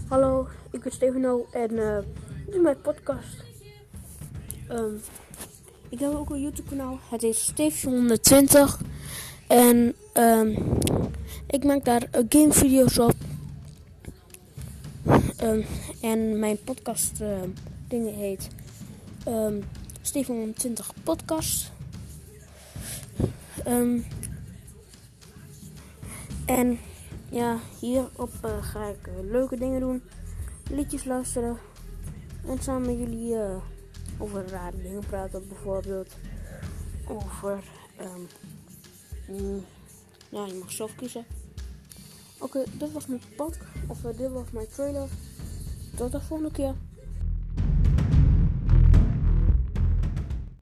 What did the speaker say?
Hallo, ik ben Stefano en dit is mijn podcast. Ik heb ook een YouTube kanaal, het is Stefan120 en ik maak daar gamevideo's op. En mijn podcast dingen heet Stefan120 podcast. En ja, hierop ga ik leuke dingen doen, liedjes luisteren en samen met jullie over rare dingen praten, bijvoorbeeld over, ja, je mag zelf kiezen. Oké, dit was mijn dit was mijn trailer. Tot de volgende keer.